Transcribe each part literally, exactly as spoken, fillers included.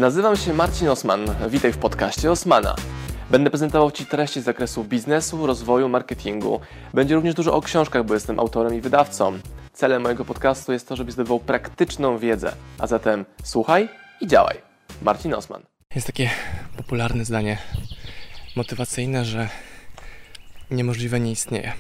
Nazywam się Marcin Osman. Witaj w podcaście Osmana. Będę prezentował Ci treści z zakresu biznesu, rozwoju, marketingu. Będzie również dużo o książkach, bo jestem autorem i wydawcą. Celem mojego podcastu jest to, żebyś zdobywał praktyczną wiedzę. A zatem słuchaj i działaj. Marcin Osman. Jest takie popularne zdanie motywacyjne, że niemożliwe nie istnieje.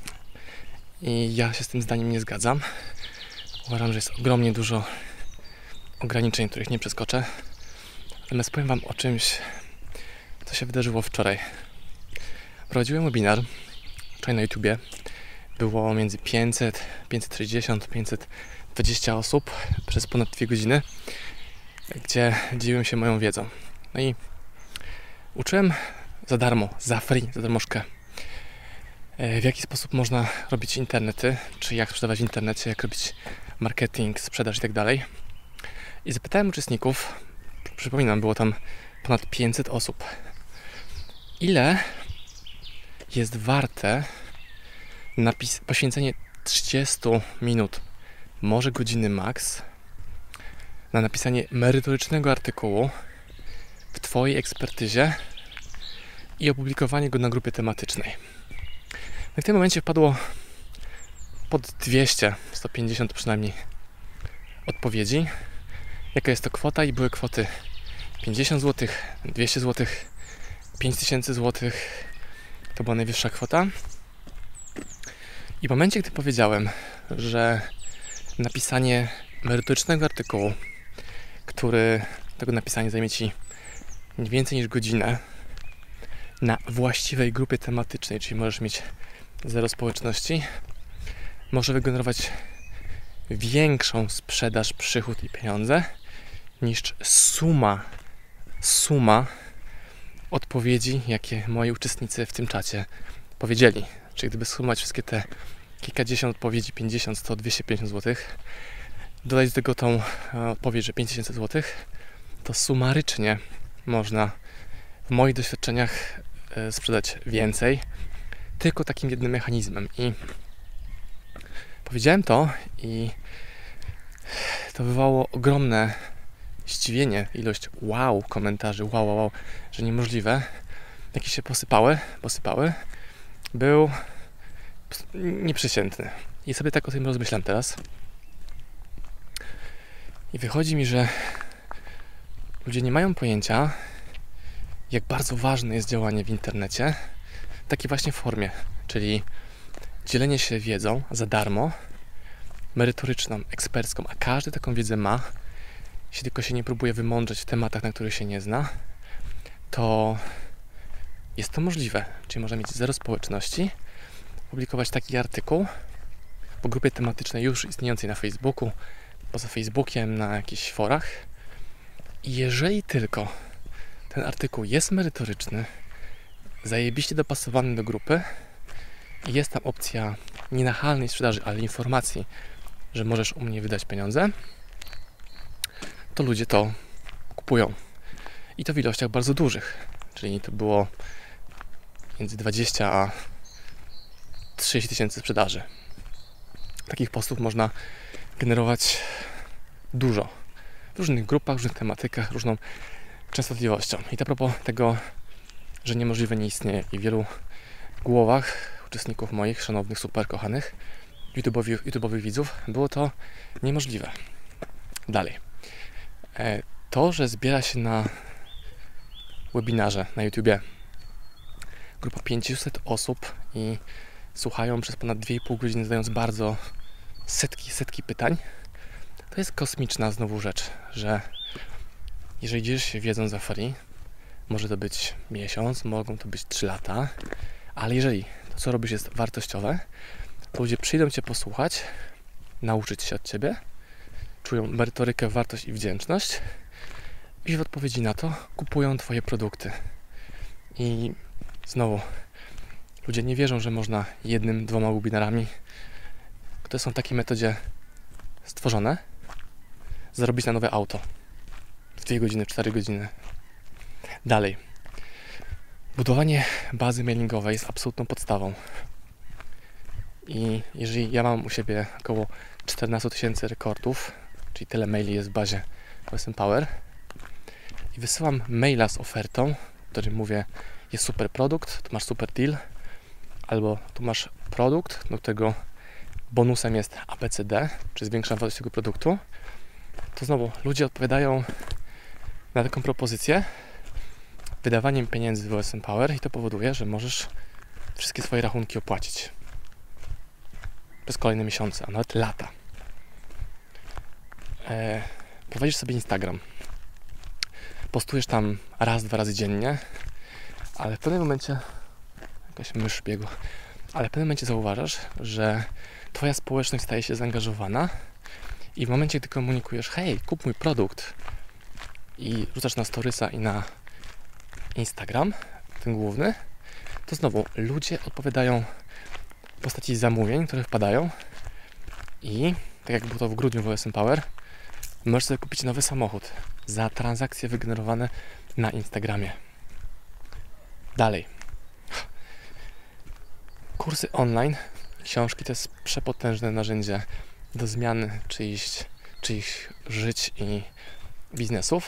I ja się z tym zdaniem nie zgadzam. Uważam, że jest ogromnie dużo ograniczeń, których nie przeskoczę. Natomiast powiem Wam o czymś, co się wydarzyło wczoraj. Prowadziłem webinar wczoraj na YouTubie. Było między pięćset, pięćset sześćdziesiąt, pięćset dwadzieścia osób przez ponad dwie godziny, gdzie dzieliłem się moją wiedzą. No i uczyłem za darmo, za free, za darmożkę, w jaki sposób można robić internety, czy jak sprzedawać w internecie, jak robić marketing, sprzedaż i tak dalej. I zapytałem uczestników, przypominam, było tam ponad pięćset osób, ile jest warte napis- poświęcenie trzydzieści minut, może godziny max, na napisanie merytorycznego artykułu w Twojej ekspertyzie i opublikowanie go na grupie tematycznej. No w tym momencie wpadło pod dwieście, sto pięćdziesiąt przynajmniej odpowiedzi. Jaka jest to kwota? I były kwoty pięćdziesiąt złotych, dwieście złotych, pięć tysięcy złotych. To była najwyższa kwota. I w momencie, gdy powiedziałem, że napisanie merytorycznego artykułu, który tego napisanie zajmie Ci nie więcej niż godzinę, na właściwej grupie tematycznej, czyli możesz mieć zero społeczności, może wygenerować większą sprzedaż, przychód i pieniądze niż suma, suma odpowiedzi, jakie moi uczestnicy w tym czacie powiedzieli. Czyli gdyby sumować wszystkie te kilkadziesiąt odpowiedzi, pięćdziesiąt, sto, dwieście pięćdziesiąt złotych, dodać do tego tą odpowiedź, że pięć tysięcy złotych, to sumarycznie można w moich doświadczeniach sprzedać więcej tylko takim jednym mechanizmem. I powiedziałem to i to wywołało ogromne zdziwienie, ilość wow komentarzy, wow, wow, wow, że niemożliwe, jakie się posypały, posypały, był nieprzeciętny. I sobie tak o tym rozmyślam teraz. I wychodzi mi, że ludzie nie mają pojęcia, jak bardzo ważne jest działanie w internecie w takiej właśnie formie, czyli dzielenie się wiedzą za darmo, merytoryczną, ekspercką, a każdy taką wiedzę ma, jeśli tylko się nie próbuje wymądrzeć w tematach, na których się nie zna, to jest to możliwe. Czyli można mieć zero społeczności, publikować taki artykuł po grupie tematycznej już istniejącej na Facebooku, poza Facebookiem, na jakichś forach. I jeżeli tylko ten artykuł jest merytoryczny, zajebiście dopasowany do grupy i jest tam opcja nienachalnej sprzedaży, ale informacji, że możesz u mnie wydać pieniądze, to ludzie to kupują. I to w ilościach bardzo dużych. Czyli to było między dwadzieścia a trzydzieści tysięcy sprzedaży. Takich postów można generować dużo. W różnych grupach, w różnych tematykach, różną częstotliwością. I to a propos tego, że niemożliwe nie istnieje i w wielu głowach uczestników moich, szanownych, super kochanych YouTube'owych, YouTube'owych widzów, było to niemożliwe. Dalej. To, że zbiera się na webinarze na YouTubie grupa pięćset osób i słuchają przez ponad dwie i pół godziny, zadając bardzo setki, setki pytań, to jest kosmiczna znowu rzecz, że jeżeli dzielisz się wiedzą za free, może to być miesiąc, mogą to być trzy lata, ale jeżeli to, co robisz, jest wartościowe, to ludzie przyjdą Cię posłuchać, nauczyć się od Ciebie, czują merytorykę, wartość i wdzięczność i w odpowiedzi na to kupują Twoje produkty. I znowu, ludzie nie wierzą, że można jednym, dwoma webinarami, które są w takiej metodzie stworzone, zarobić na nowe auto w dwie godziny, w cztery godziny. Dalej. Budowanie bazy mailingowej jest absolutną podstawą. I jeżeli ja mam u siebie około czternaście tysięcy rekordów, czyli tyle maili jest w bazie O S M Power, i wysyłam maila z ofertą, w którym mówię, jest super produkt, tu masz super deal, albo tu masz produkt, do którego bonusem jest A B C D, czy zwiększam wartość tego produktu, to znowu ludzie odpowiadają na taką propozycję wydawaniem pieniędzy w O S M Power i to powoduje, że możesz wszystkie swoje rachunki opłacić przez kolejne miesiące, a nawet lata. E, prowadzisz sobie Instagram. Postujesz tam raz, dwa razy dziennie, ale w pewnym momencie jakaś mysz biegła, ale w pewnym momencie zauważasz, że twoja społeczność staje się zaangażowana i w momencie, gdy komunikujesz, hej, kup mój produkt i rzucasz na storysa i na Instagram, ten główny, to znowu ludzie odpowiadają w postaci zamówień, które wpadają i tak jak było to w grudniu w O S M Power, możesz sobie kupić nowy samochód za transakcje wygenerowane na Instagramie. Dalej. Kursy online, książki to jest przepotężne narzędzie do zmiany czyichś, czyichś żyć i biznesów.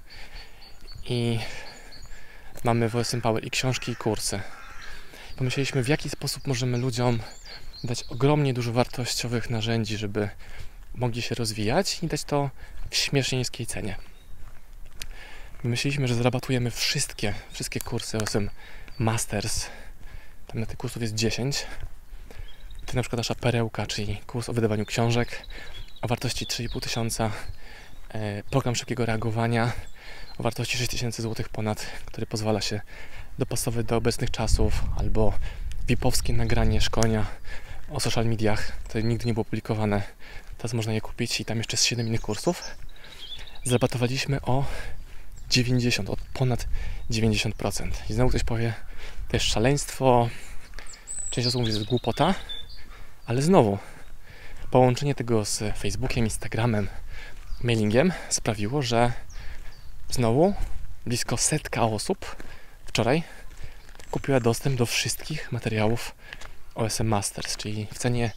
I mamy w O S M Power i książki, i kursy. Pomyśleliśmy, w jaki sposób możemy ludziom dać ogromnie dużo wartościowych narzędzi, żeby mogli się rozwijać i dać to w śmiesznie niskiej cenie. Myśleliśmy, że zrabatujemy wszystkie, wszystkie kursy O S M Masters. Tam na tych kursów jest dziesięć. To na przykład nasza perełka, czyli kurs o wydawaniu książek o wartości trzy i pół tysiąca, program szybkiego reagowania o wartości sześć tysięcy złotych ponad, który pozwala się dopasować do obecnych czasów, albo V I P-owskie nagranie szkolenia o social mediach, które nigdy nie było publikowane. Teraz można je kupić i tam jeszcze jest siedem innych kursów. Zrabatowaliśmy o dziewięćdziesiąt, o ponad dziewięćdziesiąt procent. I znowu ktoś powie, to jest szaleństwo, część osób mówi, że to jest głupota, ale znowu połączenie tego z Facebookiem, Instagramem, mailingiem sprawiło, że znowu blisko setka osób wczoraj kupiła dostęp do wszystkich materiałów O S M Masters, czyli w cenie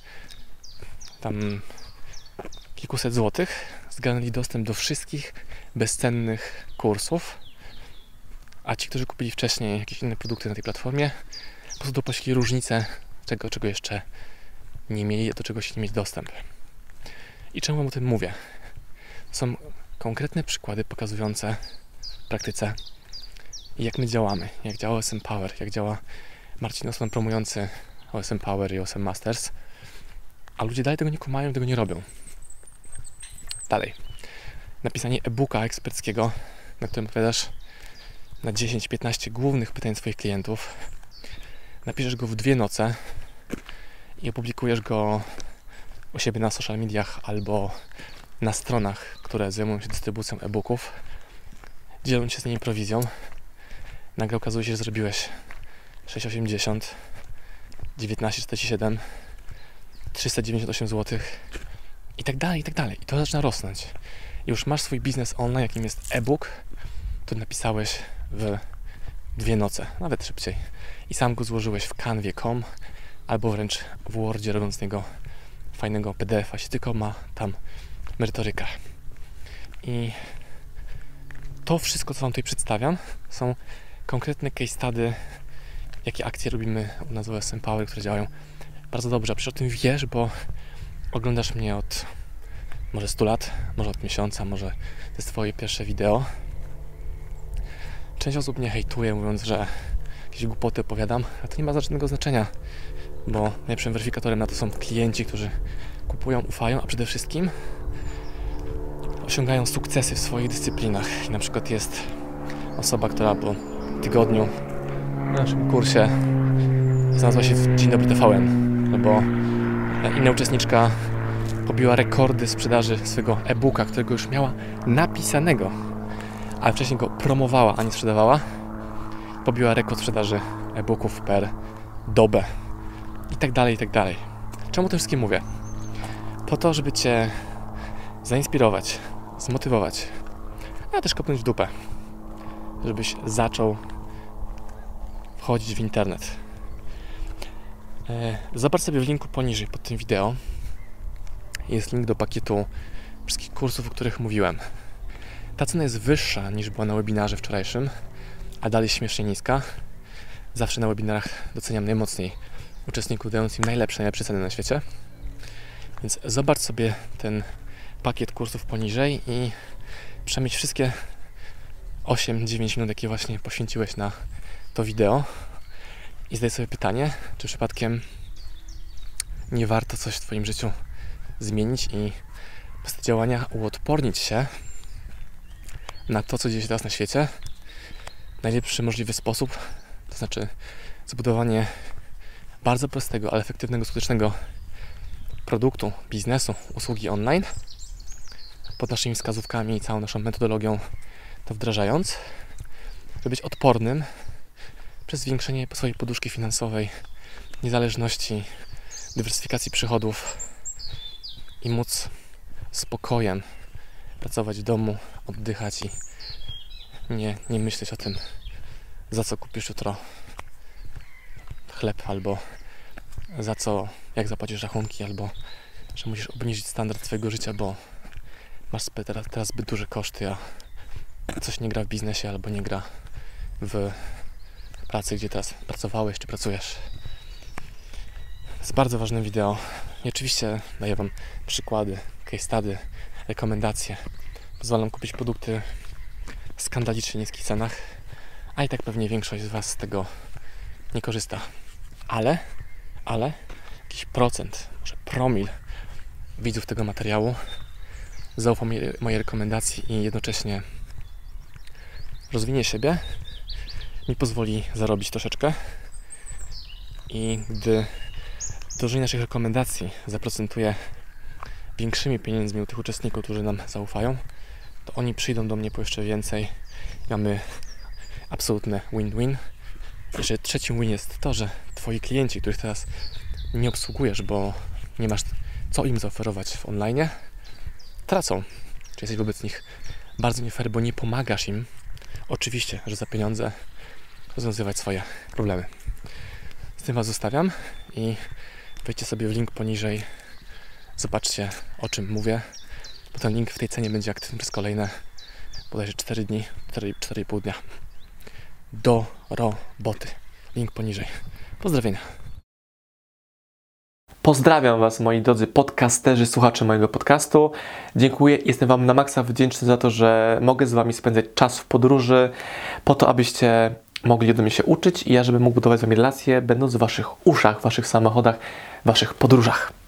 tam kilkuset złotych zgarnęli dostęp do wszystkich bezcennych kursów, a ci, którzy kupili wcześniej jakieś inne produkty na tej platformie, po prostu dopatrzyli różnicę czego, czego jeszcze nie mieli, do czego się nie mieć dostęp. I czemu wam o tym mówię? Są konkretne przykłady pokazujące w praktyce, jak my działamy, jak działa O S M Power, jak działa Marcin Osman promujący O S M Power i O S M Masters, a ludzie dalej tego nie kumają, tego nie robią. Dalej. Napisanie e-booka eksperckiego, na którym odpowiadasz na dziesięć piętnaście głównych pytań swoich klientów. Napiszesz go w dwie noce i opublikujesz go u siebie na social mediach albo na stronach, które zajmują się dystrybucją e-booków, dzieląc się z nimi prowizją. Nagle okazuje się, że zrobiłeś sześć osiemdziesiąt, dziewiętnaście czterdzieści siedem, trzysta dziewięćdziesiąt osiem złotych i tak dalej, i tak dalej. I to zaczyna rosnąć. I już masz swój biznes online, jakim jest e-book, który napisałeś w dwie noce, nawet szybciej. I sam go złożyłeś w canwie kropka com albo wręcz w Wordzie, robiąc z niego fajnego P D F-a, się tylko ma tam merytorykę. I to wszystko, co wam tutaj przedstawiam, są konkretne case study, jakie akcje robimy u nas w O S M Power, które działają bardzo dobrze. A przecież o tym wiesz, bo oglądasz mnie od może stu lat, może od miesiąca, może to jest twoje pierwsze wideo. Część osób mnie hejtuje, mówiąc, że jakieś głupoty opowiadam, a to nie ma żadnego znaczenia, bo najlepszym weryfikatorem na to są klienci, którzy kupują, ufają, a przede wszystkim osiągają sukcesy w swoich dyscyplinach. I na przykład jest osoba, która po tygodniu na naszym kursie znalazła się w Dzień Dobry T V N, albo inna uczestniczka pobiła rekordy sprzedaży swojego e-booka, którego już miała napisanego, ale wcześniej go promowała, a nie sprzedawała. Pobiła rekord sprzedaży e-booków per dobę i tak dalej, i tak dalej. Czemu o tym wszystkim mówię? Po to, żeby Cię zainspirować, zmotywować, a też kopnąć w dupę, żebyś zaczął wchodzić w internet. Zobacz sobie w linku poniżej pod tym wideo. Jest link do pakietu wszystkich kursów, o których mówiłem. Ta cena jest wyższa niż była na webinarze wczorajszym, a dalej śmiesznie niska. Zawsze na webinarach doceniam najmocniej uczestników, dając im najlepsze, najlepsze ceny na świecie. Więc zobacz sobie ten pakiet kursów poniżej i przemyśl wszystkie osiem dziewięć minut, jakie właśnie poświęciłeś na to wideo i zadaj sobie pytanie, czy przypadkiem nie warto coś w Twoim życiu zmienić i przez te działania uodpornić się na to, co dzieje się teraz na świecie w najlepszy możliwy sposób, to znaczy zbudowanie bardzo prostego, ale efektywnego, skutecznego produktu, biznesu, usługi online pod naszymi wskazówkami i całą naszą metodologią to wdrażając, żeby być odpornym przez zwiększenie swojej poduszki finansowej, niezależności, dywersyfikacji przychodów i móc spokojem pracować w domu, oddychać i nie, nie myśleć o tym, za co kupisz jutro chleb, albo za co, jak zapłacisz rachunki, albo że musisz obniżyć standard swojego życia, bo masz teraz, teraz zbyt duże koszty, a coś nie gra w biznesie, albo nie gra w pracy, gdzie teraz pracowałeś, czy pracujesz. To jest bardzo ważne wideo. I oczywiście daję Wam przykłady, case study, rekomendacje. Pozwalam kupić produkty w skandalicznie niskich cenach, a i tak pewnie większość z Was z tego nie korzysta. Ale, ale jakiś procent, może promil widzów tego materiału zaufa mojej rekomendacji i jednocześnie rozwinie siebie, mi pozwoli zarobić troszeczkę i gdy wdrożenie naszych rekomendacji zaprocentuje większymi pieniędzmi u tych uczestników, którzy nam zaufają, to oni przyjdą do mnie po jeszcze więcej. Mamy absolutne win-win. Jeszcze trzecim win jest to, że Twoi klienci, których teraz nie obsługujesz, bo nie masz co im zaoferować w online, tracą. Czy jesteś wobec nich bardzo nie fair, bo nie pomagasz im, oczywiście, że za pieniądze, rozwiązywać swoje problemy. Z tym Was zostawiam i wejdźcie sobie w link poniżej, zobaczcie, o czym mówię, bo ten link w tej cenie będzie aktywny przez kolejne bodajże cztery dni, cztery i pół dnia. Do roboty. Link poniżej. Pozdrowienia. Pozdrawiam Was, moi drodzy podcasterzy, słuchacze mojego podcastu. Dziękuję, jestem Wam na maksa wdzięczny za to, że mogę z Wami spędzać czas w podróży, po to, abyście mogli ode mnie się uczyć i ja, żebym mógł budować z Wami relacje, będąc w Waszych uszach, w Waszych samochodach, w Waszych podróżach.